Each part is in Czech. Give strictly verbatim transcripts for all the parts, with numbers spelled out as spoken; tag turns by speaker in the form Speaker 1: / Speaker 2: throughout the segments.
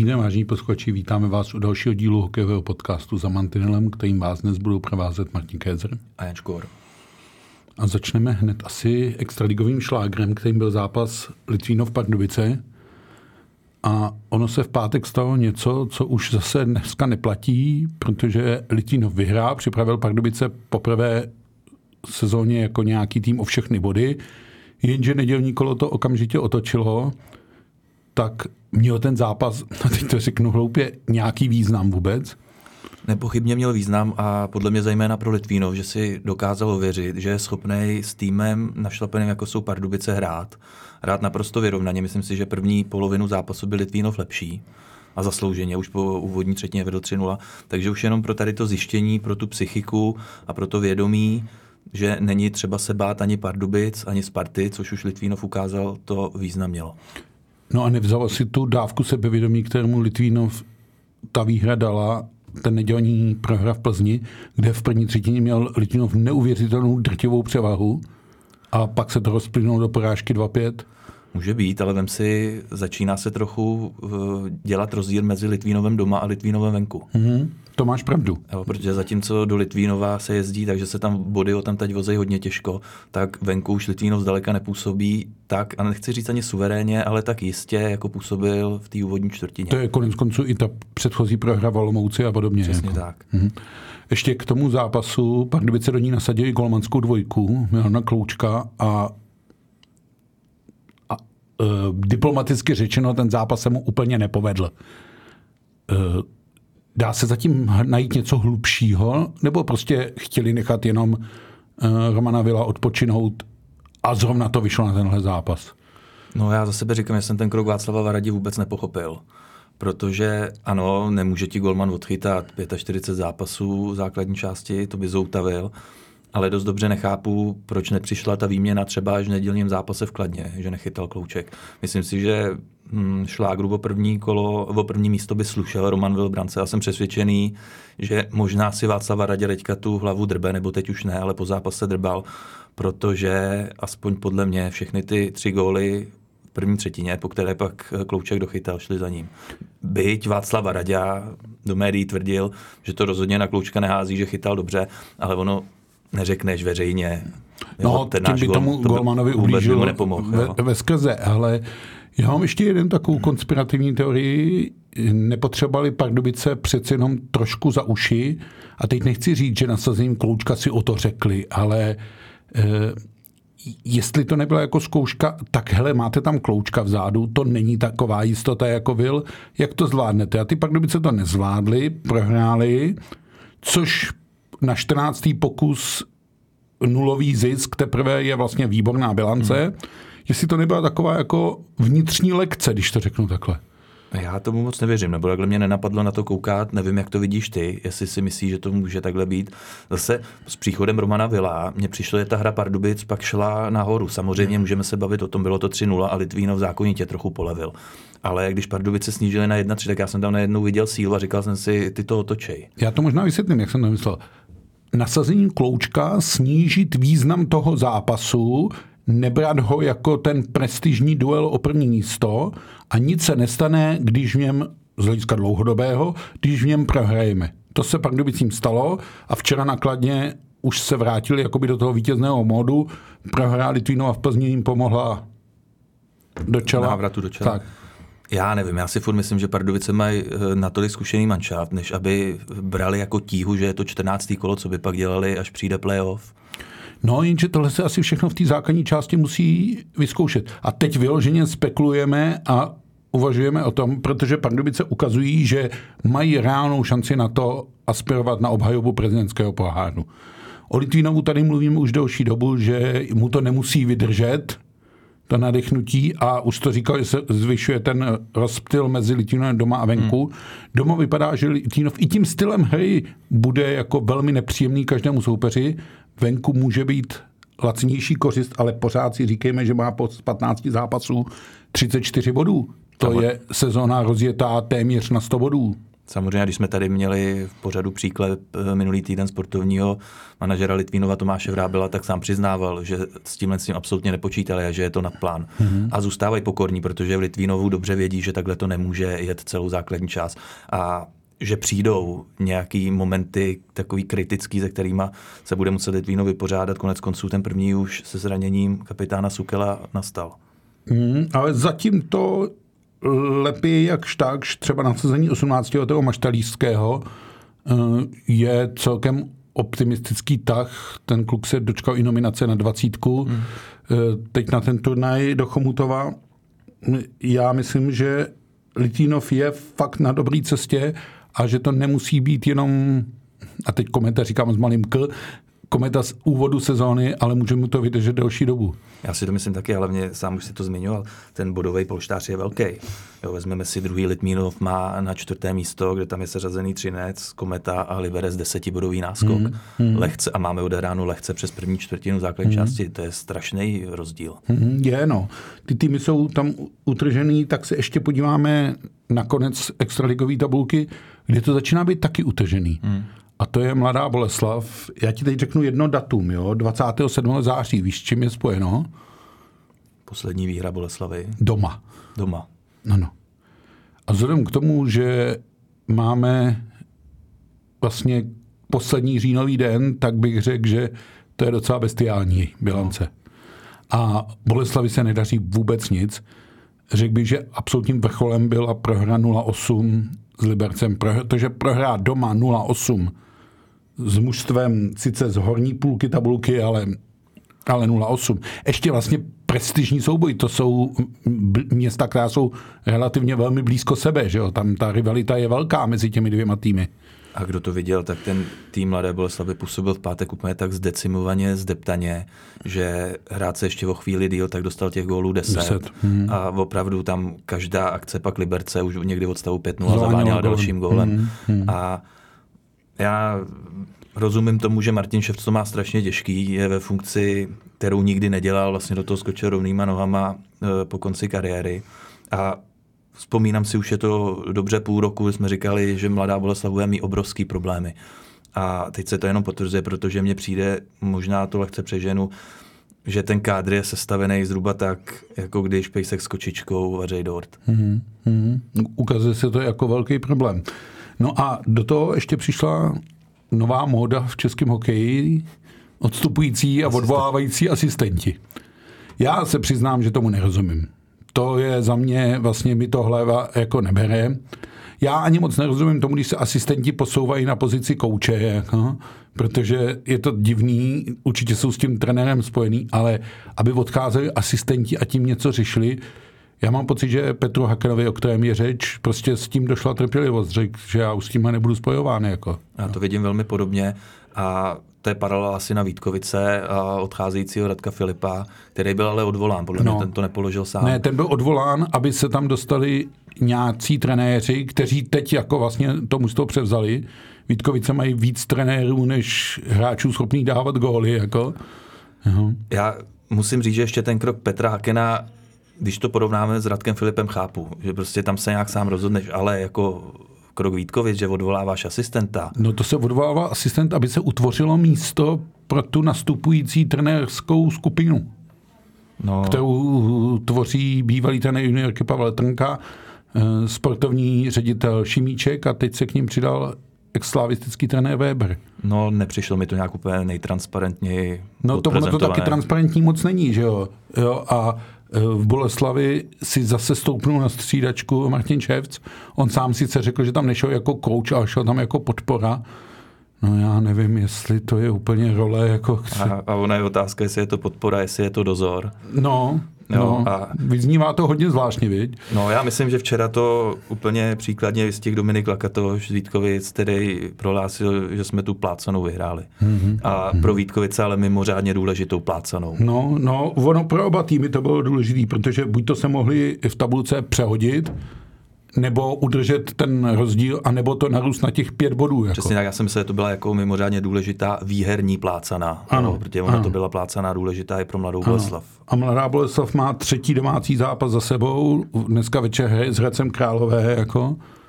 Speaker 1: den, vážení posluchači, vítáme vás u dalšího dílu hokejového podcastu Za mantinelem, kterým vás dnes budou provázet Martin Kézer
Speaker 2: a Jan Škor.
Speaker 1: A začneme hned asi extraligovým šlágrem, kterým byl zápas Litvínov-Pardubice. A ono se v pátek stalo něco, co už zase dneska neplatí, protože Litvínov vyhrál, připravil Pardubice poprvé v sezóně jako nějaký tým o všechny body, jenže nedělní kolo to okamžitě otočilo, tak měl ten zápas, teď to řeknu hloupě, nějaký význam vůbec?
Speaker 2: Nepochybně měl význam a podle mě zejména pro Litvínov, že si dokázal ověřit, že je schopný s týmem našlapeným, jako jsou Pardubice, hrát. Hrát naprosto vyrovnaně. Myslím si, že první polovinu zápasu byl Litvínov lepší a zaslouženě. Už po úvodní třetině vedl tři nula. Takže už jenom pro tady to zjištění, pro tu psychiku a pro to vědomí, že není třeba se bát ani Pardubic, ani Sparty, což už Litvínov ukázal, to význam mělo.
Speaker 1: No a nevzal si tu dávku sebevědomí, kterému Litvínov ta výhra dala, ten nedělní prohra v Plzni, kde v první třetině měl Litvínov neuvěřitelnou drtivou převahu a pak se to rozplynulo do porážky dva pět.
Speaker 2: Může být, ale vem si, začíná se trochu dělat rozdíl mezi Litvínovem doma a Litvínovem venku.
Speaker 1: Mm-hmm. To máš pravdu.
Speaker 2: Jo, protože zatímco do Litvínova se jezdí, takže se tam body o tam teď vozejí hodně těžko, tak venku už Litvínov zdaleka nepůsobí tak, a nechci říct ani suverénně, ale tak jistě, jako působil v té úvodní čtvrtině.
Speaker 1: To je konec konců i ta předchozí prohra v Olomouci a podobně.
Speaker 2: Přesně
Speaker 1: jako.
Speaker 2: tak.
Speaker 1: Mhm. Ještě k tomu zápasu Pardubice do ní nasadili golmanskou dvojku, Milana Kloučka a Uh, diplomaticky řečeno, ten zápas se mu úplně nepovedl. Uh, dá se zatím najít něco hlubšího, nebo prostě chtěli nechat jenom uh, Romana Vila odpočinout a zrovna to vyšlo na tenhle zápas?
Speaker 2: No já za sebe říkám, že jsem ten krok Václava Varadi vůbec nepochopil. Protože ano, nemůže ti golman odchytat čtyřicet pět zápasů v základní části, to by zoutavil, ale dost dobře nechápu, proč nepřišla ta výměna třeba až v nedělním zápase v Kladně, že nechytal Klouček. Myslím si, že hm, šlágru o první kolo, o první místo by slušel Roman Vil brance. Já jsem přesvědčený, že možná si Václava Radě teďka tu hlavu drbe, nebo teď už ne, ale po zápase drbal, protože aspoň podle mě všechny ty tři góly v první třetině, po které pak Klouček dochytal, šli za ním. Byť Václava Raďa do médií tvrdil, že to rozhodně na Kloučka nehází, že chytal dobře, ale ono neřekneš veřejně.
Speaker 1: No, jo, ten tím by tomu gol, golmanovi ublížil ve, ve skrze, ale já mám ještě jeden takovou konspirativní teorii. Nepotřebovali Pardubice přeci jenom trošku za uši a teď nechci říct, že nasazením Kloučka si o to řekli, ale eh, jestli to nebyla jako zkouška, tak hele, máte tam Kloučka vzadu, to není taková jistota jako Vil, jak to zvládnete? A ty Pardubice to nezvládli, prohráli, což na čtrnáctý pokus nulový zisk teprve je vlastně výborná bilance. Hmm. Jestli to nebyla taková jako vnitřní lekce, když to řeknu takhle.
Speaker 2: Já tomu moc nevěřím, nebo takhle mě nenapadlo na to koukat, nevím, jak to vidíš ty, jestli si myslíš, že to může takhle být. Zase s příchodem Romana Vila mně přišlo, že ta hra Pardubic pak šla nahoru. Samozřejmě hmm. můžeme se bavit o tom, bylo to tři nula a Litvínov zákonitě trochu polevil. Ale když Pardubice snížili na jedna tři, tak já jsem tam najednou viděl sílu a říkal jsem si, ty to otočej.
Speaker 1: Já to možná vysvětlím, jak jsem to myslel. Nasazením Kloučka snížit význam toho zápasu, nebrat ho jako ten prestižní duel o první místo a nic se nestane, když v něm, z hlediska dlouhodobého, když v něm prohrajeme. To se Pardubicím stalo a včera na Kladně už se vrátili jakoby do toho vítězného módu. Prohra Litvínova v Plzni jim pomohla do čela.
Speaker 2: Návratu do čela. Tak. Já nevím, já si furt myslím, že Pardubice mají natolik zkušený manšaft, než aby brali jako tíhu, že je to čtrnáctý kolo, co by pak dělali, až přijde playoff.
Speaker 1: No, jenže tohle se asi všechno v té základní části musí vyzkoušet. A teď vyloženě spekulujeme a uvažujeme o tom, protože Pardubice ukazují, že mají reálnou šanci na to aspirovat na obhajobu prezidentského poháru. O Litvínovu tady mluvíme už delší dobu, že mu to nemusí vydržet, to nadechnutí, a už to říkal, že se zvyšuje ten rozptyl mezi Litvínovem doma a venku. Hmm. Doma vypadá, že Litvínov i tím stylem hry bude jako velmi nepříjemný každému soupeři. Venku může být lacnější kořist, ale pořád si říkejme, že má po patnácti zápasů třicet čtyři bodů. To je sezóna rozjetá téměř na sto bodů.
Speaker 2: Samozřejmě, když jsme tady měli v pořadu příklad minulý týden sportovního manažera Litvínova Tomáše Vrábela, tak sám přiznával, že s tímhle s tím absolutně nepočítali a že je to nad plán. Mm-hmm. A zůstávají pokorní, protože v Litvínovu dobře vědí, že takhle to nemůže jet celou základní část. A že přijdou nějaký momenty takový kritický, se kterýma se bude muset Litvínov vypořádat. Konec konců ten první už se zraněním kapitána Sukela nastal.
Speaker 1: Mm, ale zatím to lepí jakž takž, třeba nasazení osmnáctiletého Maštalířského je celkem optimistický tah. Ten kluk se dočkal i nominace na dvacítku. Mm. Teď na ten turnaj do Chomutova. Já myslím, že Litvínov je fakt na dobré cestě a že to nemusí být jenom, a teď kometa říkám s malým k, kometa z úvodu sezóny, ale můžeme to vydržet delší dobu.
Speaker 2: Já si to myslím taky, ale mě sám už si to zmiňoval, ten bodový polštář je velký. Jo, vezmeme si druhý Litvínov má na čtvrté místo, kde tam je seřazený Třinec, Kometa a Liberec desetibodový náskok. Mm, mm. Lehce, a máme odehráno lehce přes první čtvrtinu základní mm. části. To je strašný rozdíl.
Speaker 1: Mm, je, no. Ty týmy jsou tam utržený, tak se ještě podíváme na konec extraligové tabulky, kde to začíná být taky utržený. Mm. A to je Mladá Boleslav. Já ti teď řeknu jedno datum, jo? dvacátého sedmého září. Víš, s čím je spojeno?
Speaker 2: Poslední výhra Boleslavy.
Speaker 1: Doma.
Speaker 2: Doma.
Speaker 1: No, no. A vzhledem k tomu, že máme vlastně poslední říjnový den, tak bych řekl, že to je docela bestiální bilance. No. A Boleslavi se nedaří vůbec nic. Řekl bych, že absolutním vrcholem byla prohra nula osm s Libercem, protože prohrát doma nula osm s mužstvem sice z horní půlky tabulky, ale, ale nula osm. Ještě vlastně prestižní souboj, to jsou města, která jsou relativně velmi blízko sebe, že jo? Tam ta rivalita je velká mezi těmi dvěma týmy.
Speaker 2: A kdo to viděl, tak ten tým Mladé Boleslavy působil v pátek úplně tak zdecimovaně, zdeptaně, že hrát se ještě o chvíli díl, tak dostal těch gólů deset. deset. Hmm. A opravdu tam každá akce pak Liberce už někdy od stavu pět nula zaváněla dalším gólem. Hmm. Hmm. A já rozumím tomu, že Martin Ševc to má strašně těžký, je ve funkci, kterou nikdy nedělal, vlastně do toho skočil rovnýma nohama e, po konci kariéry. A vzpomínám si, už je to dobře půl roku, kdy jsme říkali, že Mladá Boleslav bude mít obrovský problémy. A teď se to jenom potvrzuje, protože mně přijde, možná to lehce přeženu, že ten kádr je sestavený zhruba tak, jako když pejsek s kočičkou vaří dort.
Speaker 1: Mm-hmm. Mm-hmm. Ukazuje se to jako velký problém. No a do toho ještě přišla nová móda v českém hokeji, odstupující a odvolávající asistenti. Já se přiznám, že tomu nerozumím. To je za mě, vlastně mi to hlava jako nebere. Já ani moc nerozumím tomu, když se asistenti posouvají na pozici kouče, jako, protože je to divný, určitě jsou s tím trenérem spojený, ale aby odcházeli asistenti a tím něco řešili, já mám pocit, že Petru Hakenovi, o kterém je řeč, prostě s tím došla trpělivost, řekl, že já už s tím nebudu spojován. Jako.
Speaker 2: Já to vidím velmi podobně a to je paralela asi na Vítkovice a odcházejícího Radka Filipa, který byl ale odvolán, podle no. mě ten to nepoložil sám.
Speaker 1: Ne, ten byl odvolán, aby se tam dostali nějací trenéři, kteří teď jako vlastně tomu z toho převzali. Vítkovice mají víc trenérů, než hráčů schopných dávat góly. Jako.
Speaker 2: Já musím říct, že ještě ten krok Petra Hakena, když to porovnáme s Radkem Filipem, chápu, že prostě tam se nějak sám rozhodneš, ale jako krok Vítkovic, že odvoláváš asistenta.
Speaker 1: No to se odvolává asistent, aby se utvořilo místo pro tu nastupující trenérskou skupinu, no. kterou tvoří bývalý trenér juniorky Pavel Trnka, sportovní ředitel Šimíček a teď se k ním přidal exslavistický trenér Weber.
Speaker 2: No, nepřišlo mi to nějak úplně nejtransparentněji.
Speaker 1: No to ono to taky transparentní moc není, že jo. jo a v Boleslavi si zase stoupnul na střídačku Martin Ševc. On sám sice řekl, že tam nešel jako coach, ale šel tam jako podpora. No já nevím, jestli to je úplně role jako...
Speaker 2: A, a ona je otázka, jestli je to podpora, jestli je to dozor.
Speaker 1: No, no a vyznívá to hodně zvláštně, viď?
Speaker 2: No já myslím, že včera to úplně příkladně vystihl Dominik Lakatoš z Vítkovic, který prohlásil, že jsme tu plácanou vyhráli. Mm-hmm. A pro Vítkovice ale mimořádně důležitou plácanou.
Speaker 1: No, no, ono pro oba týmy to bylo důležitý, protože buď to se mohli v tabulce přehodit, nebo udržet ten rozdíl, anebo to narůst na těch pět bodů. Jako.
Speaker 2: Přesně tak, já jsem myslel, že to byla jako mimořádně důležitá výherní plácaná.
Speaker 1: Ano.
Speaker 2: No, protože ona ano. to byla plácaná důležitá i pro Mladou Boleslav.
Speaker 1: A Mladá Boleslav má třetí domácí zápas za sebou, dneska večer hraje s Hradcem Králové, jako.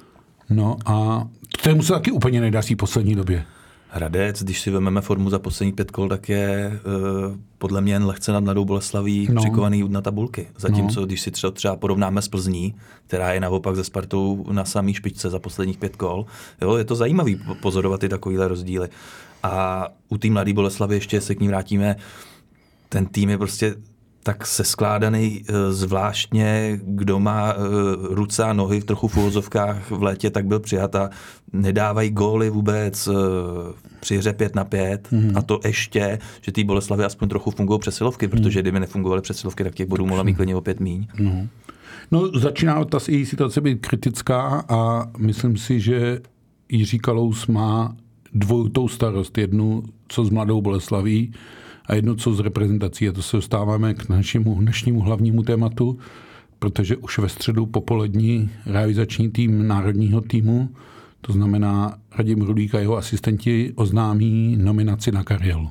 Speaker 1: No a tomu se taky úplně nedaří v poslední době.
Speaker 2: Hradec, když si vezmeme formu za poslední pět kol, tak je uh, podle mě jen lehce nad Mladou Boleslaví no. přikovaný na tabulky. Zatímco, no. když si třeba, třeba porovnáme s Plzní, která je naopak ze Spartou na samý špičce za posledních pět kol, jo, je to zajímavý pozorovat i takovýhle rozdíly. A u té Mladé Boleslavy ještě se k ní vrátíme, ten tým je prostě tak seskládaný e, zvláštně, kdo má e, ruce a nohy v trochu v uvozovkách v létě, tak byl přijat a nedávají góly vůbec e, při hře pět na pět mm. a to ještě, že ty Boleslavy aspoň trochu fungují přesilovky, mm. protože kdyby nefungovaly přesilovky, tak těch bodů mohla mít klidně o pět míň.
Speaker 1: No, no začíná ta její situace být kritická a myslím si, že Jiří Kalous má dvojitou starost. Jednu, co s Mladou Boleslaví a jedno, co z reprezentací. A to se dostáváme k našemu dnešnímu hlavnímu tématu, protože už ve středu popolední realizační tým národního týmu, to znamená Radim Rulík a jeho asistenti, oznámí nominaci na Karjelu.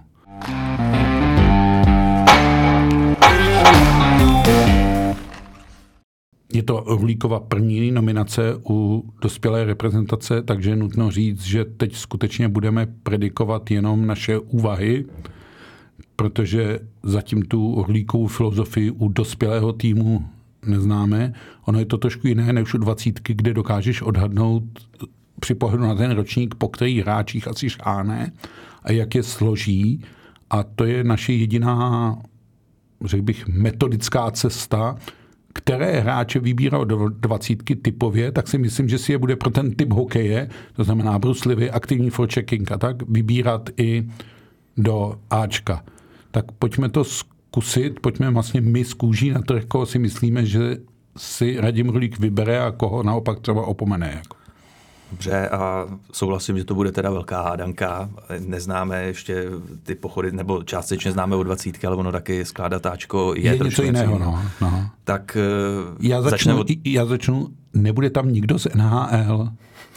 Speaker 1: Je to Rulíkova první nominace u dospělé reprezentace, takže je nutno říct, že teď skutečně budeme predikovat jenom naše úvahy, protože zatím tu Rulíkovu filozofii u dospělého týmu neznáme. Ono je to trošku jiné než u dvacítky, kde dokážeš odhadnout při pohledu na ten ročník, po kterých hráčích asi šáhne a jak je složí. A to je naše jediná, řekl bych, metodická cesta, které hráče vybíral do dvacítky typově, tak si myslím, že si je bude pro ten typ hokeje, to znamená bruslivý, aktivní forechecking a tak, vybírat i do Ačka. Tak pojďme to zkusit, pojďme vlastně my z kůží na trh, koho si myslíme, že si Radim Rulík vybere a koho naopak třeba opomene. Jako.
Speaker 2: Dobře, a souhlasím, že to bude teda velká hádanka. Neznáme ještě ty pochody, nebo částečně známe o dvacítky, ale ono taky skládat Ačko je,
Speaker 1: je něco jiného. No, no.
Speaker 2: Tak
Speaker 1: já začnu, od... já začnu, nebude tam nikdo z N H L.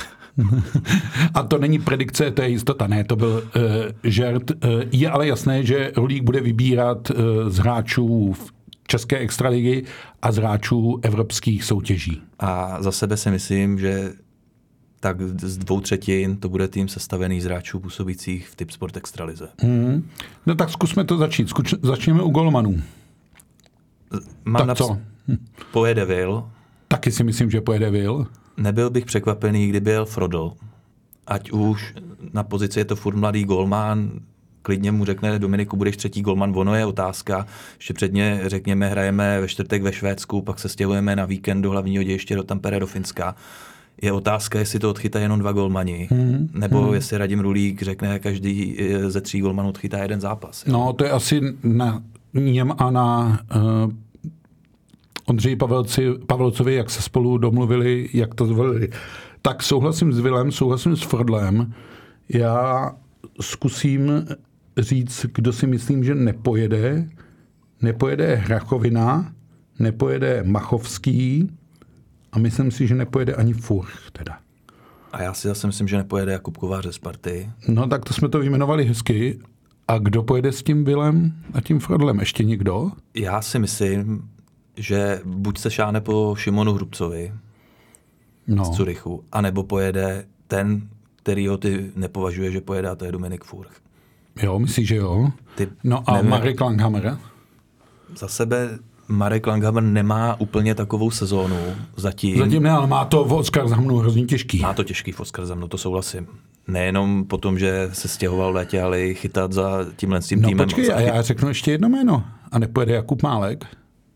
Speaker 1: A to není predikce, to je jistota, ne, to byl uh, žert. Uh, je ale jasné, že Rulík bude vybírat uh, z hráčů v České extraligy a z hráčů evropských soutěží.
Speaker 2: A za sebe si myslím, že tak z dvou třetin to bude tým sestavený z hráčů působících v Tipsport extralize.
Speaker 1: Hmm. No tak zkusme to začít. Zkuč, začněme u golmanů.
Speaker 2: Mám tak co? Hm. Pojede Will.
Speaker 1: Taky si myslím, že pojede Will.
Speaker 2: Nebyl bych překvapený, kdyby jel Frodl. Ať už na pozici je to furt mladý golman, klidně mu řekne Dominiku, budeš třetí golman, ono je otázka. Ještě předně, řekněme, hrajeme ve čtvrtek ve Švédsku, pak se stěhujeme na víkend do hlavního dějiště do Tampere do Finska. Je otázka, jestli to odchytají jenom dva golmani, hmm, nebo hmm. jestli Radim Rulík řekne, každý ze tří golmanů odchytá jeden zápas.
Speaker 1: No, to je asi na něm a na uh, Ondřeji Pavelci, Pavelcovi, jak se spolu domluvili, jak to zvolili. Tak souhlasím s Willem, souhlasím s Frodlem. Já zkusím říct, kdo si myslím, že nepojede. Nepojede Hrachovina, nepojede Machovský, a myslím si, že nepojede ani Furch teda.
Speaker 2: A já si zase myslím, že nepojede Jakub Kovář ze Sparty.
Speaker 1: No tak to jsme to vyjmenovali hezky. A kdo pojede s tím Willem a tím Frodlem? Ještě někdo?
Speaker 2: Já si myslím, že buď se šáhne po Šimonu Hrubcovi no. z Curychu, anebo pojede ten, kterýho ty nepovažuje, že pojede, a to je Dominik Furch.
Speaker 1: Jo, myslíš, že jo? Ty no a nevím, Marek Langhammer?
Speaker 2: Za sebe Marek Langhammer nemá úplně takovou sezónu zatím.
Speaker 1: Zatím ne, ale má to v Oskarshamnu hrozně těžký.
Speaker 2: Má to těžký v Oskarshamnu, to souhlasím. Nejenom po tom, že se stěhoval v létě, ale i chytat za tímhle s tím
Speaker 1: no,
Speaker 2: týmem.
Speaker 1: No počkej, a já řeknu ještě jedno jméno. A nepojede Jakub Málek,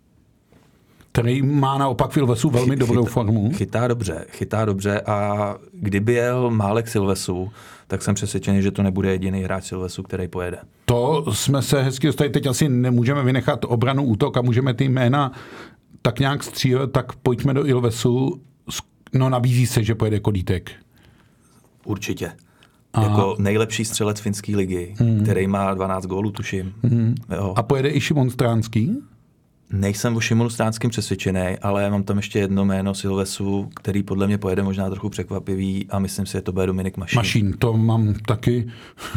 Speaker 1: který má naopak Silvesu velmi
Speaker 2: Chy,
Speaker 1: dobrou
Speaker 2: chytá,
Speaker 1: formu.
Speaker 2: Chytá dobře, chytá dobře a kdyby jel Málek Silvesu, tak jsem přesvědčený, že to nebude jediný hráč Silvesu, který pojede.
Speaker 1: To jsme se hezky dostali, teď asi nemůžeme vynechat obranu, útok a můžeme ty jména tak nějak střílet, tak pojďme do Ilvesu. No nabízí se, že pojede Kodítek.
Speaker 2: Určitě. A... Jako nejlepší střelec finské ligy, hmm. který má dvanáct gólů, tuším.
Speaker 1: Hmm. A pojede i Šimon Stránský?
Speaker 2: Nejsem o Šimonu Stránským přesvědčený, ale mám tam ještě jedno jméno Silvesu, který podle mě pojede možná trochu překvapivý a myslím si, že to bude Dominik Mašín.
Speaker 1: Mašín, to mám taky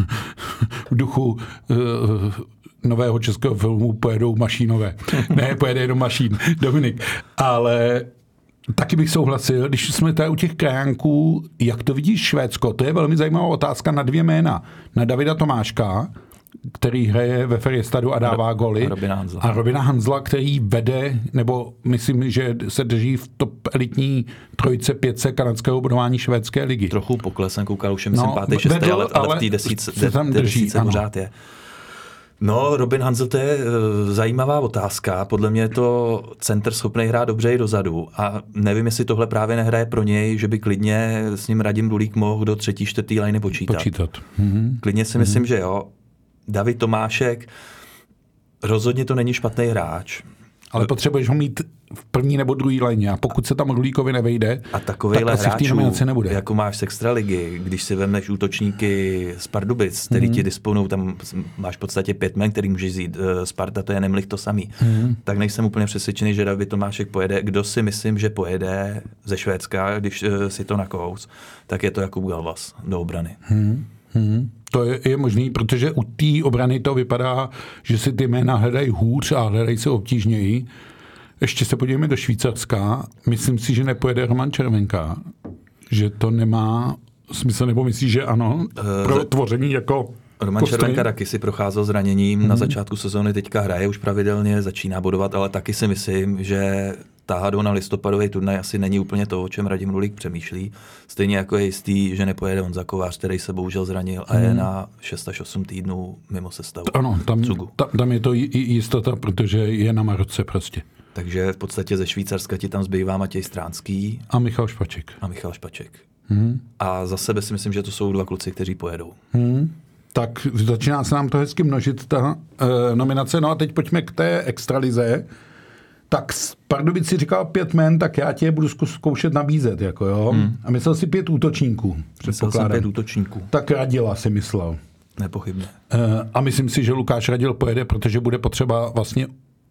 Speaker 1: v duchu uh, nového českého filmu Pojedou Mašínové. Ne, pojede jenom Mašín, Dominik. Ale Taky bych souhlasil, když jsme tady u těch krajánků, jak to vidíš Švédsko, to je velmi zajímavá otázka na dvě jména. Na Davida Tomáška, který hraje ve Färjestadu a dává goly.
Speaker 2: A Robina Hanzla.
Speaker 1: A Robina Hanzla, který vede, nebo myslím, že se drží v top elitní trojce pětce kanadského budování švédské ligy.
Speaker 2: Trochu pokles, jsem koukal, už je myslím no, pátý, šestý, ale, ale v té desíce, de,
Speaker 1: tam drží,
Speaker 2: desíce pořád je. No, Robin Hanzl, to je uh, zajímavá otázka. Podle mě je to center schopný hrát dobře i dozadu. A nevím, jestli tohle právě nehraje pro něj, že by klidně s ním Radim Rulík mohl do třetí, čtvrtý liny počítat.
Speaker 1: počítat. Mm-hmm.
Speaker 2: Klidně si mm-hmm. myslím, že jo. David Tomášek, rozhodně to není špatný hráč.
Speaker 1: Ale potřebuješ ho mít v první nebo druhý lajně a pokud se tam Rulíkovi nevejde,
Speaker 2: a takovejhle tak asi hráčů, nebude. Jako máš z extraligy, když si vemeš útočníky z Pardubic, který mm-hmm. ti disponují, tam máš v podstatě pět men, který můžeš jít, Sparta to je Nemlich to samý. Mm-hmm. Tak nejsem úplně přesvědčený, že David Tomášek pojede. Kdo si myslím, že pojede ze Švédska, když si to nakous, tak je to Jakub Galvas do obrany.
Speaker 1: Mm-hmm. Hmm, to je, je možný, protože u té obrany to vypadá, že si ty jména hledají hůř a hledají se obtížněji. Ještě se podívejme do Švýcarska. Myslím si, že nepojede Roman Červenka. Že to nemá smysl, nebo myslíš, že ano? Pro uh, tvoření jako
Speaker 2: Roman
Speaker 1: kostej.
Speaker 2: Červenka taky si procházel zraněním. Hmm. Na začátku sezóny teďka hraje už pravidelně, začíná bodovat, ale taky si myslím, že táhat ho na listopadový turnaj asi není úplně to, o čem Radim Rulík přemýšlí. Stejně jako je jistý, že nepojede Honza Kovář, který se bohužel zranil a je hmm. na šest až osm týdnů mimo sestavu.
Speaker 1: Ano, tam, tam, tam je to jistota, protože je na Maroce prostě.
Speaker 2: Takže v podstatě ze Švýcarska ti tam zbývá Matěj Stránský.
Speaker 1: A Michal Špaček.
Speaker 2: A Michal Špaček. Hmm. A za sebe si myslím, že to jsou dva kluci, kteří pojedou.
Speaker 1: Hmm. Tak začíná se nám to hezky množit, ta uh, nominace. No a teď pojďme k té extralize. Tak z Pardubici říkal pět men, tak já tě budu zkoušet nabízet, jako jo. Hmm. A myslel si pět útočníků.
Speaker 2: Myslel jsem pět útočníků.
Speaker 1: Tak Radila si myslel.
Speaker 2: Nepochybně.
Speaker 1: Uh, a myslím si, že Lukáš Radil pojede, protože bude potřeba vlastně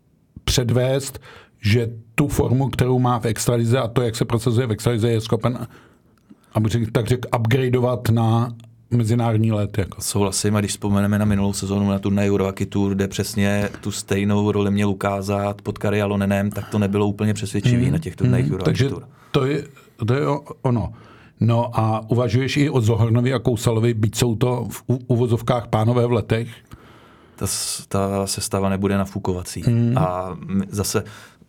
Speaker 1: předvést, že tu formu, kterou má v extralize a to, jak se procesuje v extralize, je schopen, aby řek, tak řekl, upgradeovat na mezinárodní let. Jako.
Speaker 2: Souhlasím, a když vzpomeneme na minulou sezónu na turnaj Eurohockey Tour, kde přesně tu stejnou roli měl ukázat pod Kari Alonenem, tak to nebylo úplně přesvědčivý mm, na těch turnajích mm, Eurohockey Tour.
Speaker 1: To je, to je ono. No a uvažuješ i o Zohornovi a Kousalovi, byť jsou to v uvozovkách pánové v letech?
Speaker 2: Ta, ta sestava nebude nafukovací. Mm. A zase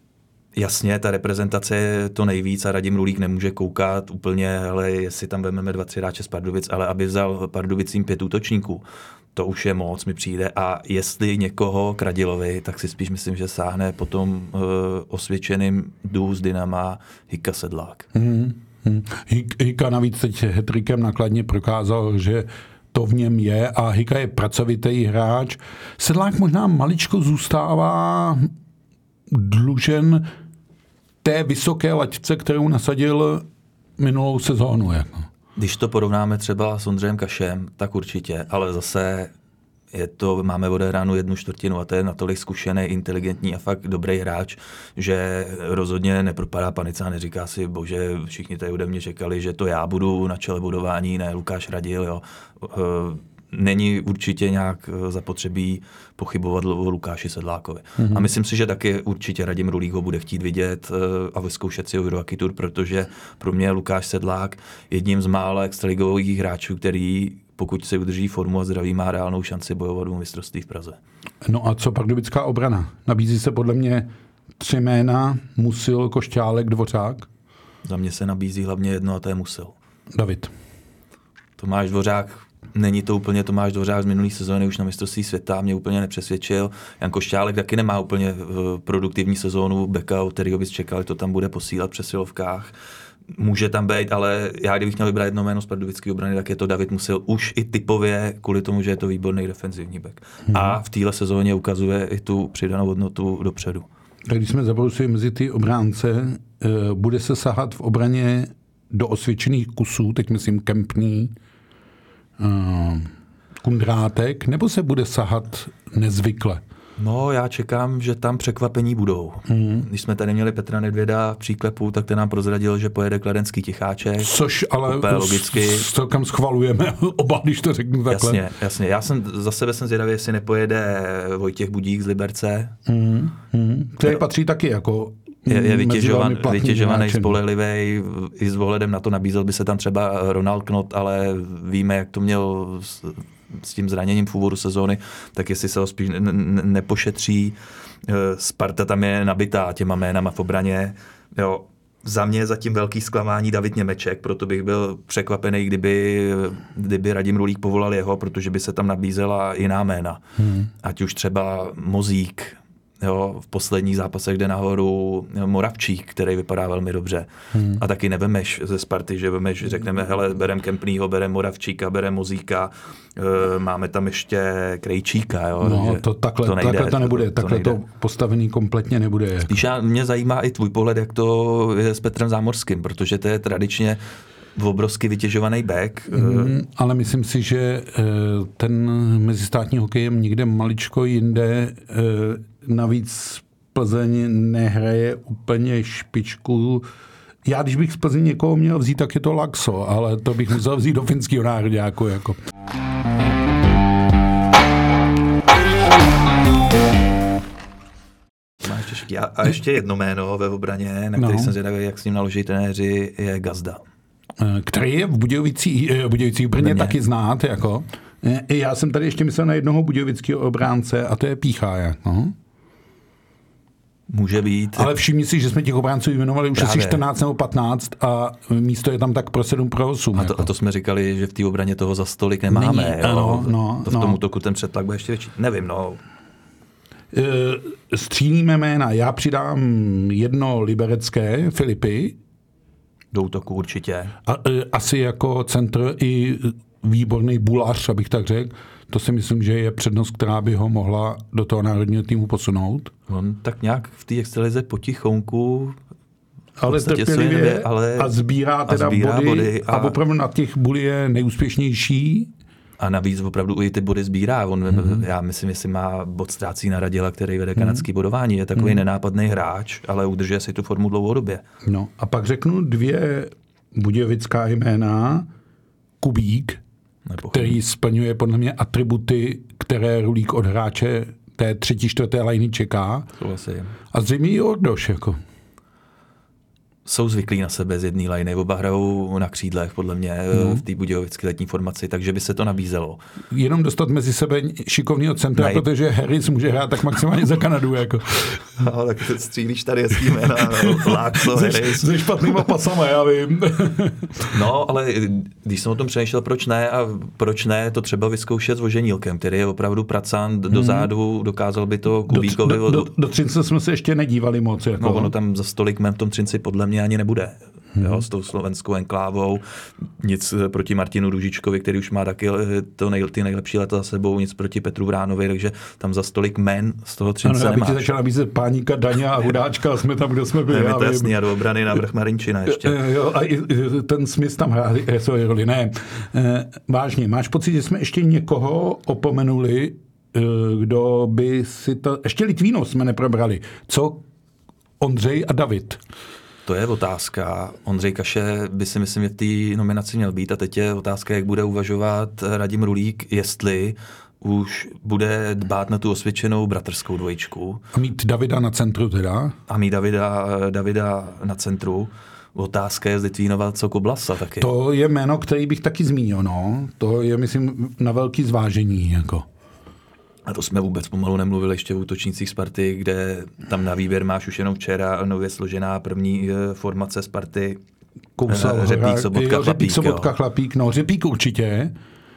Speaker 2: jasně, ta reprezentace je to nejvíc a Radim Rulík nemůže koukat úplně, ale jestli tam vezmeme dva, tři hráče z Pardubic, ale aby vzal Pardubicím pět útočníků, to už je moc, mi přijde. A jestli někoho k Radilovi, tak si spíš myslím, že sáhne po tom uh, osvědčeným dů z Dynama Hika Sedlák.
Speaker 1: Hmm. Hmm. Hika navíc teď hetrikem nakladně prokázal, že to v něm je a Hika je pracovitý hráč. Sedlák možná maličko zůstává dlužen té vysoké laťce, kterou nasadil minulou sezónu. Jako.
Speaker 2: Když to porovnáme třeba s Ondřejem Kašem, tak určitě, ale zase je to, máme odehránu jednu čtvrtinu a to je natolik zkušený, inteligentní a fakt dobrý hráč, že rozhodně nepropadá panice a neříká si, bože, všichni tady ode mě čekali, že to já budu na čele budování, ne Lukáš Radil, jo. Není určitě nějak zapotřebí pochybovat o Lukáši Sedlákovi. Mm-hmm. A myslím si, že taky určitě Radim Rulík ho bude chtít vidět a vyzkoušet si Eurohockey Tour, protože pro mě je Lukáš Sedlák jedním z mála extraligových hráčů, který pokud se udrží formu a zdraví, má reálnou šanci bojovat o mistrovství v Praze.
Speaker 1: No a co pardubická obrana? Nabízí se podle mě tři jména, Musil, Košťálek, Dvořák?
Speaker 2: Za mě se nabízí hlavně jedno a to je Musil.
Speaker 1: David.
Speaker 2: Tomáš Dvořák, není to úplně Tomáš Dvořák z minulý sezóny už na mistrovství světa, mě úplně nepřesvědčil. Jan Košťálek taky nemá úplně produktivní sezónu, beka, od kterého bys čekal, to tam bude posílat při silovkách. Může tam být, ale já kdybych měl vybrat jedno jméno z pardubické obrany, tak je to David Musil už i typově kvůli tomu, že je to výborný defenzivní back. Hmm. A v téhle sezóně ukazuje i tu přidanou hodnotu dopředu.
Speaker 1: Tak když jsme zabrousili mezi ty obránce, bude se sahat v obraně do osvědčených kusů, teď myslím Kempný, Kundrátek, nebo se bude sahat nezvykle?
Speaker 2: No, já čekám, že tam překvapení budou. Hmm. Když jsme tady měli Petra Nedvěda v příklepu, tak ten nám prozradil, že pojede kladenský Ticháček.
Speaker 1: Což ale logicky. S celkem schvalujeme oba, když to řeknu takhle.
Speaker 2: Jasně, jasně. Já jsem za sebe jsem zvědavý, jestli nepojede Vojtěch Budík z Liberce.
Speaker 1: Hmm. Hmm. Který patří taky jako
Speaker 2: je, je vytěžovan, vytěžovaný, spolehlivý, i s ohledem na to nabízel by se tam třeba Ronald Knott, ale víme, jak to měl s, s tím zraněním v úvodu sezóny, tak jestli se ho spíš ne, ne, nepošetří. Sparta tam je nabitá těma jménama v obraně. Jo, za mě je zatím velký zklamání David Němeček, proto bych byl překvapený, kdyby, kdyby Radim Rulík povolal jeho, protože by se tam nabízela jiná jména. Hmm. Ať už třeba Mozík, jo, v posledních zápasech jde nahoru Moravčík, který vypadá velmi dobře. Hmm. A taky nevemeš ze Sparty, že vemeš, řekneme, hele, berem Kempnýho, berem Moravčíka, berem Mozíka, e, máme tam ještě Krejčíka. Jo,
Speaker 1: no, to takhle to, nejde, takhle to nebude, to, takhle to, to postavený kompletně nebude.
Speaker 2: Spíš mě zajímá i tvůj pohled, jak to je s Petrem Zámorským, protože to je tradičně v obrovsky vytěžovaný back.
Speaker 1: Mm, ale myslím si, že ten mezistátní hokej je někde maličko jinde. Navíc Plzeň nehraje úplně špičku. Já, když bych z Plzeň někoho měl vzít, tak je to Laxo, ale to bych musel vzít do finského národňáku. Jako.
Speaker 2: A ještě jedno jméno ve obraně, na který no. jsem zvědavý, jak s ním naloží trenéři, je Gazda.
Speaker 1: Který je v Budějovicích, v Budějovicích Brně taky znát. Jako. Já jsem tady ještě myslel na jednoho budějovického obránce a to je Píchája. No.
Speaker 2: Může být.
Speaker 1: Ale všimni si, že jsme těch obránců jmenovali už asi čtrnáct nebo patnáct a místo je tam tak pro sedm, pro osm.
Speaker 2: A to,
Speaker 1: jako.
Speaker 2: a to jsme říkali, že v té obraně toho za stolik nemáme.
Speaker 1: Není,
Speaker 2: jo?
Speaker 1: Ano, no,
Speaker 2: to v
Speaker 1: no.
Speaker 2: tom útoku ten přetlak bude ještě větší. Nevím, no.
Speaker 1: Střílíme jména. Já přidám jedno liberecké, Filipy.
Speaker 2: Do útoku určitě.
Speaker 1: A, asi jako centr i výborný bulař, abych tak řekl. To si myslím, že je přednost, která by ho mohla do toho národního týmu posunout.
Speaker 2: On tak nějak v té extralize potichonku
Speaker 1: ale trpělivě ale a sbírá teda a sbírá body, body a, a opravdu na těch body je nejúspěšnější.
Speaker 2: A navíc opravdu i ty body sbírá. On, mm-hmm. Já myslím, jestli má bod ztrácí na Radila, který vede kanadský mm-hmm. bodování. Je takový mm-hmm. nenápadný hráč, ale udržuje si tu formu dlouhodobě.
Speaker 1: No a pak řeknu dvě budějovická jména. Kubík, který splňuje podle mě atributy, které Rulík od hráče té třetí, čtvrté lajny čeká.
Speaker 2: Souhlasím.
Speaker 1: A zřejmě i Ordoš, jako.
Speaker 2: Jsou zvyklí na sebe z jedné lajny. Oba hrajou na křídlech, podle mě, no. v té budějovické letní formaci, takže by se to nabízelo.
Speaker 1: Jenom dostat mezi sebe šikovného centra, Nej. protože Harris může hrát tak maximálně za Kanadu. Jako.
Speaker 2: No, tak střílíš tady s tím jména, Lákso, Harris.
Speaker 1: Se špatnýma pasama, já vím.
Speaker 2: No, ale když jsem o tom přemýšlel, proč ne, a proč ne to třeba vyzkoušet s Voženílkem, který je opravdu pracant do zádu, dokázal by to Kubíkovi.
Speaker 1: Do, do, do, do Třince jsme se ještě nedívali moc. Jako.
Speaker 2: No, ono tam za stolik men v tom Třinci podle mě ani nebude. Hmm. Jo, s tou slovenskou enklávou. Nic proti Martinu Růžičkovi, který už má taky to nej, ty nejlepší leta za sebou, nic proti Petru Vránovi, takže tam za stolik men z toho Třince
Speaker 1: ano,
Speaker 2: nemáš.
Speaker 1: Ano, já bych ti začal nabízet Páníka, Daňa a Hudáčka a jsme tam, kde jsme byli.
Speaker 2: Ne, to jasný, a do obrany návrh Marinčina ještě.
Speaker 1: Jo, a i ten Smith tam hráli svoji roli. Ne, vážně, máš pocit, že jsme ještě někoho opomenuli, kdo by si to... Ještě Litvínov jsme neprobrali. Co Ondřej a David?
Speaker 2: To je otázka. Ondřej Kaše by si myslím, že v té nominaci měl být a teď je otázka, jak bude uvažovat Radim Rulík, jestli už bude dbát na tu osvědčenou bratrskou dvojičku.
Speaker 1: A mít Davida na centru teda?
Speaker 2: A mít Davida, Davida na centru. Otázka je z Litvínova, co Koblasa taky.
Speaker 1: To je jméno, který bych taky zmínil, no. To je, myslím, na velký zvážení, jako.
Speaker 2: A to jsme vůbec pomalu nemluvili ještě v útočnících Sparty, kde tam na výběr máš už jenom včera nově složená první formace Sparty.
Speaker 1: Kousal,
Speaker 2: Řepík, Sobotka, jo,
Speaker 1: Řepík, Sobotka, Chlapík. No, Řepík určitě.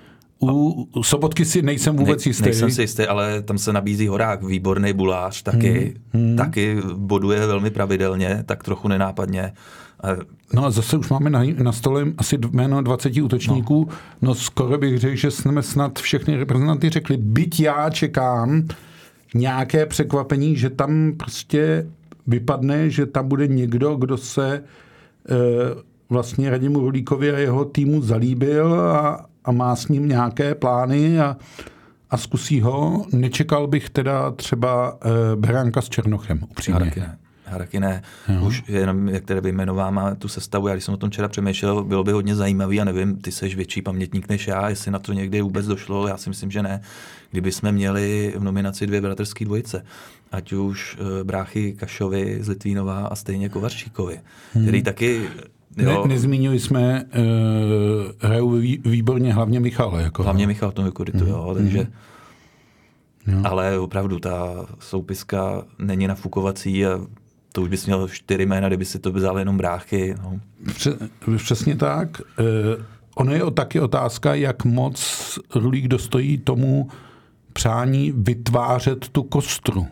Speaker 1: U Sobotky si nejsem vůbec
Speaker 2: ne,
Speaker 1: jistý.
Speaker 2: Nejsem si jistý, ale tam se nabízí Horák, výborný bulář, taky, hmm, hmm. taky boduje velmi pravidelně, tak trochu nenápadně.
Speaker 1: No a zase už máme na, na stole asi jméno dvacet útočníků. No. no skoro bych řekl, že jsme snad všechny reprezentanty řekli. Byť já čekám nějaké překvapení, že tam prostě vypadne, že tam bude někdo, kdo se e, vlastně Radimu Rulíkovi a jeho týmu zalíbil a, a má s ním nějaké plány a, a zkusí ho. Nečekal bych teda třeba e, Beránka s Černochem, upřímně.
Speaker 2: Já Harakine, už jenom, jak tady vyjmenováme tu sestavu, já když jsem o tom včera přemýšlel, bylo by hodně zajímavý a nevím, ty seš větší pamětník než já, jestli na to někdy vůbec došlo, já si myslím, že ne. Kdyby jsme měli v nominaci dvě bratrské dvojice, ať už uh, bráchy Kašovi z Litvínova a stejně Kovařčíkovi, hmm. který taky...
Speaker 1: Ne, nezmínili jsme, uh, hrajou výborně hlavně Michal. Jako,
Speaker 2: hlavně Michal v tom Jokoritu, hmm. jo, takže... Jo. Ale opravdu ta soupiska není nafukovací a to už bys měl čtyři jména, kdyby si to vzal jenom bráchy. No.
Speaker 1: Přesně tak. Uh, ono je taky otázka, jak moc Rulík dostojí tomu přání vytvářet tu kostru.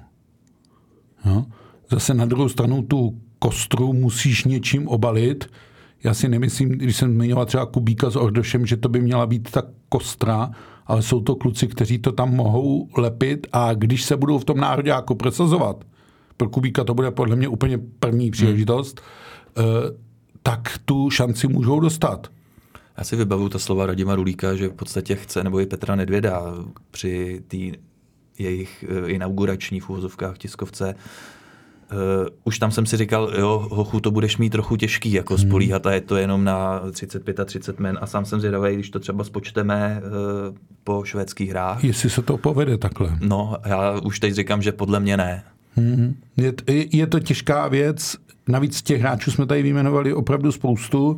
Speaker 1: Jo? Zase na druhou stranu tu kostru musíš něčím obalit. Já si nemyslím, když jsem zmiňoval třeba Kubíka s Ordošem, že to by měla být ta kostra, ale jsou to kluci, kteří to tam mohou lepit a když se budou v tom nároďáku prosazovat, pro Kubíka to bude podle mě úplně první příležitost, hmm. tak tu šanci můžou dostat.
Speaker 2: Já si vybavuju ta slova Radima Rulíka, že v podstatě chce, nebo i Petra Nedvěda při té jejich inaugurační v uvozovkách tiskovce. Uh, už tam jsem si říkal, jo, hochu, to budeš mít trochu těžký, jako hmm. spolíhat a je to jenom na třicet pět a třicet men a sám jsem zvědavý, když to třeba spočteme uh, po švédských hrách.
Speaker 1: Jestli se to povede takhle.
Speaker 2: No, já už teď říkám, že podle mě ne.
Speaker 1: Hmm. Je, je to těžká věc, navíc těch hráčů jsme tady vyjmenovali opravdu spoustu.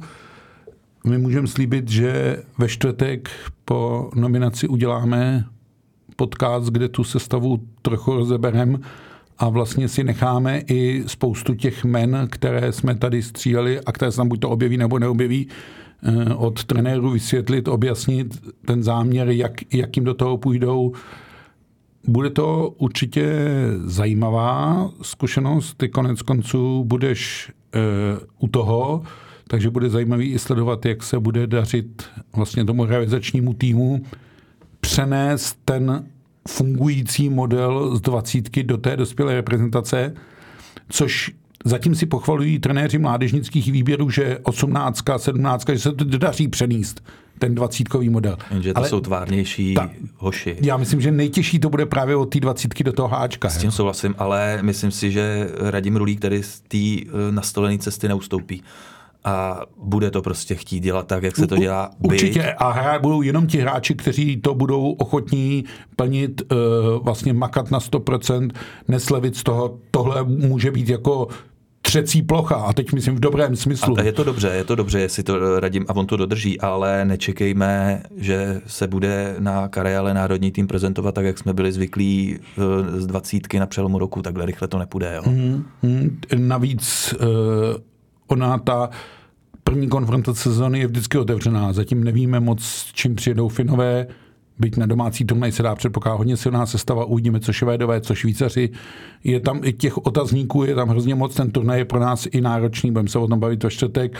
Speaker 1: My můžeme slíbit, že ve čtvrtek po nominaci uděláme podcast, kde tu sestavu trochu rozebereme a vlastně si necháme i spoustu těch men, které jsme tady stříleli a které se tam buď to objeví nebo neobjeví, od trenérů vysvětlit, objasnit ten záměr, jak, jak jim do toho půjdou. Bude to určitě zajímavá zkušenost. Ty konec konců budeš e, u toho, takže bude zajímavý i sledovat, jak se bude dařit vlastně tomu realizačnímu týmu přenést ten fungující model z dvacítky do té dospělé reprezentace, což zatím si pochvalují trenéři mládežnických výběrů, že osmnáctka, sedmnáctka, že se to daří přenést, ten dvacítkový model.
Speaker 2: Jenže to ale jsou tvárnější ta, hoši.
Speaker 1: Já myslím, že nejtěžší to bude právě od té dvacítky do toho háčka.
Speaker 2: S tím jako. Souhlasím, ale myslím si, že Radim Rulík tady z té nastolené cesty neustoupí. A bude to prostě chtít dělat tak, jak se to dělá.
Speaker 1: Určitě. Byť. A hra, budou jenom ti hráči, kteří to budou ochotní plnit, uh, vlastně makat na sto procent, neslevit z toho. Tohle může být jako třecí plocha. A teď myslím v dobrém smyslu.
Speaker 2: A je to dobře, je to dobře, jestli to Radim a on to dodrží, ale nečekejme, že se bude na kariéle národní tým prezentovat tak, jak jsme byli zvyklí uh, z dvacítky na přelomu roku. Takhle rychle to nepůjde. Jo?
Speaker 1: Mm, mm, navíc uh, ona ta první konfrontace sezóny je vždycky otevřená. Zatím nevíme moc, s čím přijedou Finové. Byť na domácí turnaj se dá předpokládat hodně silná sestava. Uvidíme, co Švédové, co Švýcaři. Je tam i těch otazníků, je tam hrozně moc. Ten turnaj je pro nás i náročný. Budeme se o tom bavit ve čtvrtek.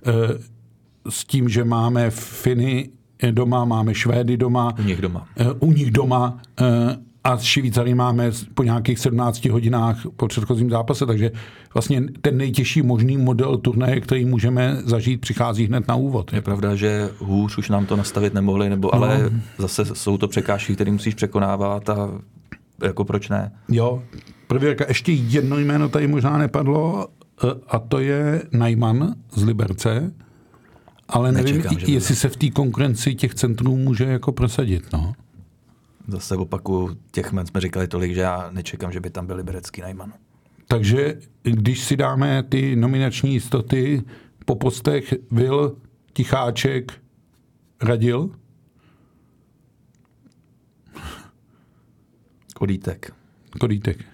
Speaker 1: S tím, že máme Finy doma, máme Švédy doma.
Speaker 2: U nich doma.
Speaker 1: U nich doma. A s Švýcary máme po nějakých sedmnácti hodinách po předchozím zápase, takže vlastně ten nejtěžší možný model turnaje, který můžeme zažít, přichází hned na úvod.
Speaker 2: Je pravda, že hůř už nám to nastavit nemohli, nebo no. Ale zase jsou to překážky, které musíš překonávat a jako proč ne?
Speaker 1: Jo, Prověrka, ještě jedno jméno tady možná nepadlo a to je Najman z Liberce, ale nevím, Nečekám, jestli se v té konkurenci těch centrů může jako prosadit, no.
Speaker 2: Zase opakuju, těch men jsme říkali tolik, že já nečekám, že by tam byl liberecký Najman.
Speaker 1: Takže když si dáme ty nominační jistoty, po postech Vil, Ticháček, Radil?
Speaker 2: Kodítek.
Speaker 1: Kodítek.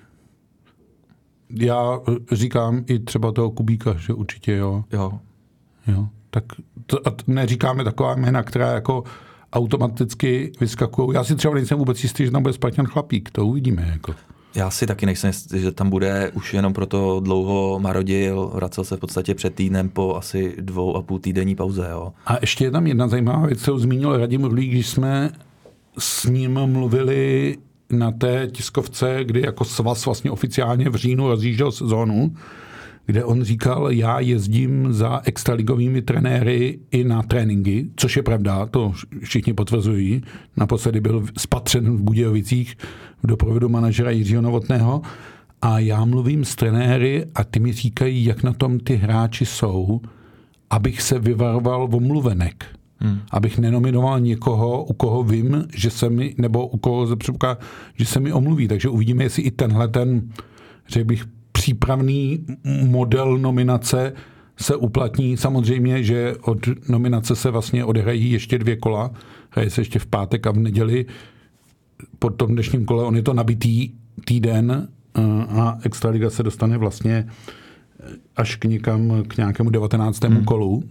Speaker 1: Já říkám i třeba toho Kubíka, že určitě jo.
Speaker 2: Jo.
Speaker 1: Jo. Tak to, neříkáme taková jména, která jako automaticky vyskakují. Já si třeba nejsem vůbec jistý, že tam bude Spartan Chlapík. To uvidíme. Jako.
Speaker 2: Já si taky nejsem jistý, že tam bude už jenom proto dlouho marodil. Vracel se v podstatě před týdnem po asi dvou a půl týdenní pauze. Jo.
Speaker 1: A ještě je tam jedna zajímavá věc, kterou zmínil Radim Rulík, když jsme s ním mluvili na té tiskovce, kdy jako svaz vlastně oficiálně v říjnu rozjížděl sezónu, kde on říkal, já jezdím za extraligovými trenéry i na tréninky, což je pravda, to všichni potvrzují. Naposledy byl spatřen v Budějovicích v doprovodu manažera Jiřího Novotného a já mluvím s trenéry a ty mi říkají, jak na tom ty hráči jsou, abych se vyvaroval omluvenek. Hmm. Abych nenominoval někoho, u koho vím, že se mi, nebo u koho se předpokládá, že se mi omluví. Takže uvidíme, jestli i tenhle ten, řekl bych, přípravný model nominace se uplatní. Samozřejmě, že od nominace se vlastně odehrají ještě dvě kola. Hraje se ještě v pátek a v neděli. Po tom dnešním kole on je to nabitý týden a Extraliga se dostane vlastně až k někam, k nějakému devatenáctému Hmm. kolu.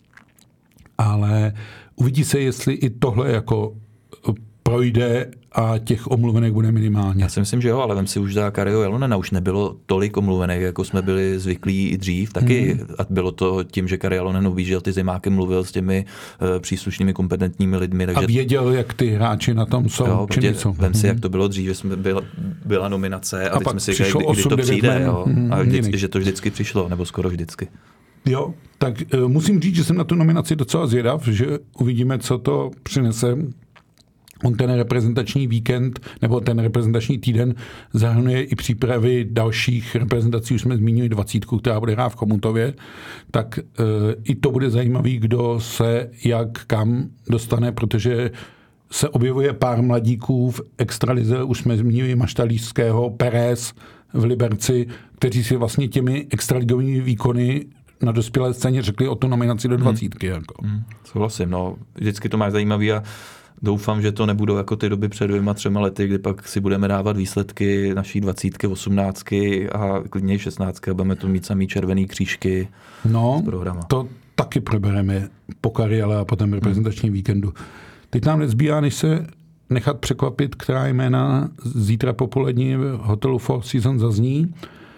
Speaker 1: Ale uvidí se, jestli i tohle jako projde a těch omluvenek bude minimálně.
Speaker 2: Já si myslím, že jo, ale vem si už za Kario Jalonena už nebylo tolik omluvenek, jako jsme byli zvyklí i dřív. Taky hmm. a bylo to tím, že Kario Jalonen objížděl ty zimáky, mluvil s těmi uh, příslušnými kompetentními lidmi. Takže...
Speaker 1: A věděl, jak ty hráči na tom jsou,
Speaker 2: jo,
Speaker 1: či nejsou.
Speaker 2: Vem si, jak to bylo dřív, že jsme byla, byla nominace a, a teď jsme si říkali, kdy, kdy to přijde. Jo, hmm, a vždycky, že to vždycky přišlo, nebo skoro vždycky.
Speaker 1: Jo, tak uh, musím říct, že jsem na tu nominaci docela zvědav, že uvidíme, co to přinese. On ten reprezentační víkend nebo ten reprezentační týden zahrnuje i přípravy dalších reprezentací, už jsme zmínili dvacítku, která bude hrát v Chomutově, tak e, i to bude zajímavý, kdo se jak kam dostane, protože se objevuje pár mladíků v extralize, už jsme zmínili Maštalířského, Pérez v Liberci, kteří si vlastně těmi extraligovými výkony na dospělé scéně řekli o tu nominaci do dvacítky. Hmm. Jako.
Speaker 2: Hmm. Souhlasím, no. Vždycky to máš zajímavý a doufám, že to nebudou jako ty doby před dvěma, třema lety, kdy pak si budeme dávat výsledky naší dvacítky, osmnáctky a klidně šestnáctky a budeme tu mít samý červený křížky
Speaker 1: no,
Speaker 2: z programa.
Speaker 1: To taky probereme po kariéle a potom reprezentačním hmm. víkendu. Teď nám nezbývá, než se nechat překvapit, která jména zítra popolední v hotelu Four Seasons zazní.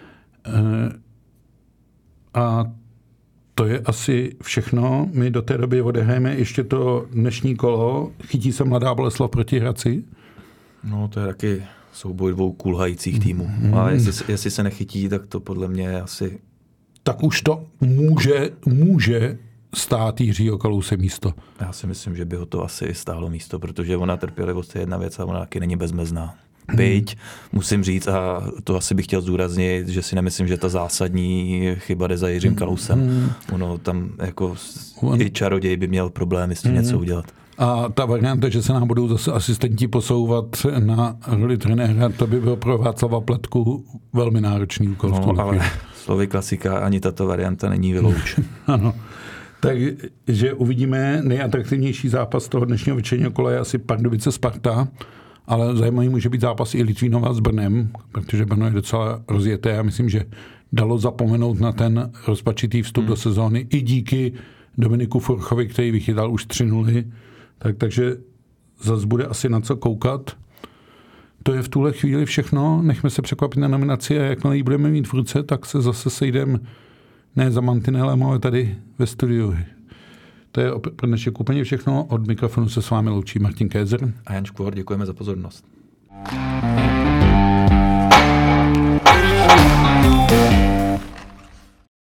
Speaker 1: A to je asi všechno. My do té doby odehrajeme ještě to dnešní kolo. Chytí se Mladá Boleslav proti Hradci?
Speaker 2: No, to je taky souboj dvou kulhajících týmů. Mm. A jestli, jestli se nechytí, tak to podle mě asi...
Speaker 1: Tak už to může, může stát Jiřího Kalouse místo.
Speaker 2: Já si myslím, že by ho to asi stálo místo, protože ona trpělivost je jedna věc a ona taky není bezmezná. Byť, musím říct, a to asi bych chtěl zdůraznit, že si nemyslím, že ta zásadní chyba jde za Jiřím Kalousem. Ono tam jako i čaroděj by měl problémy s tím něco udělat.
Speaker 1: A ta varianta, že se nám budou zase asistenti posouvat na roli trenéra, to by bylo pro Václava Pletku velmi náročný úkol.
Speaker 2: No, ale slovy klasika, ani tato varianta není vyloučena.
Speaker 1: Ano. Takže uvidíme nejatraktivnější zápas toho dnešního večerního kola je asi Pardubice Sparta. Ale zajímavý může být zápas i Litvínova s Brnem, protože Brno je docela rozjeté a myslím, že dalo zapomenout na ten rozpačitý vstup hmm. do sezóny i díky Dominiku Furchovi, který vychytal už tři nuly. Tak, takže zase bude asi na co koukat. To je v tuhle chvíli všechno. Nechme se překvapit na nominaci a jakmile ji budeme mít v ruce, tak se zase sejdeme ne za mantinelem, ale tady ve studiu. To je pro dnešek úplně všechno. Od mikrofonu se s vámi loučí Martin Kézer
Speaker 2: a Jan Škvor. Děkujeme za pozornost.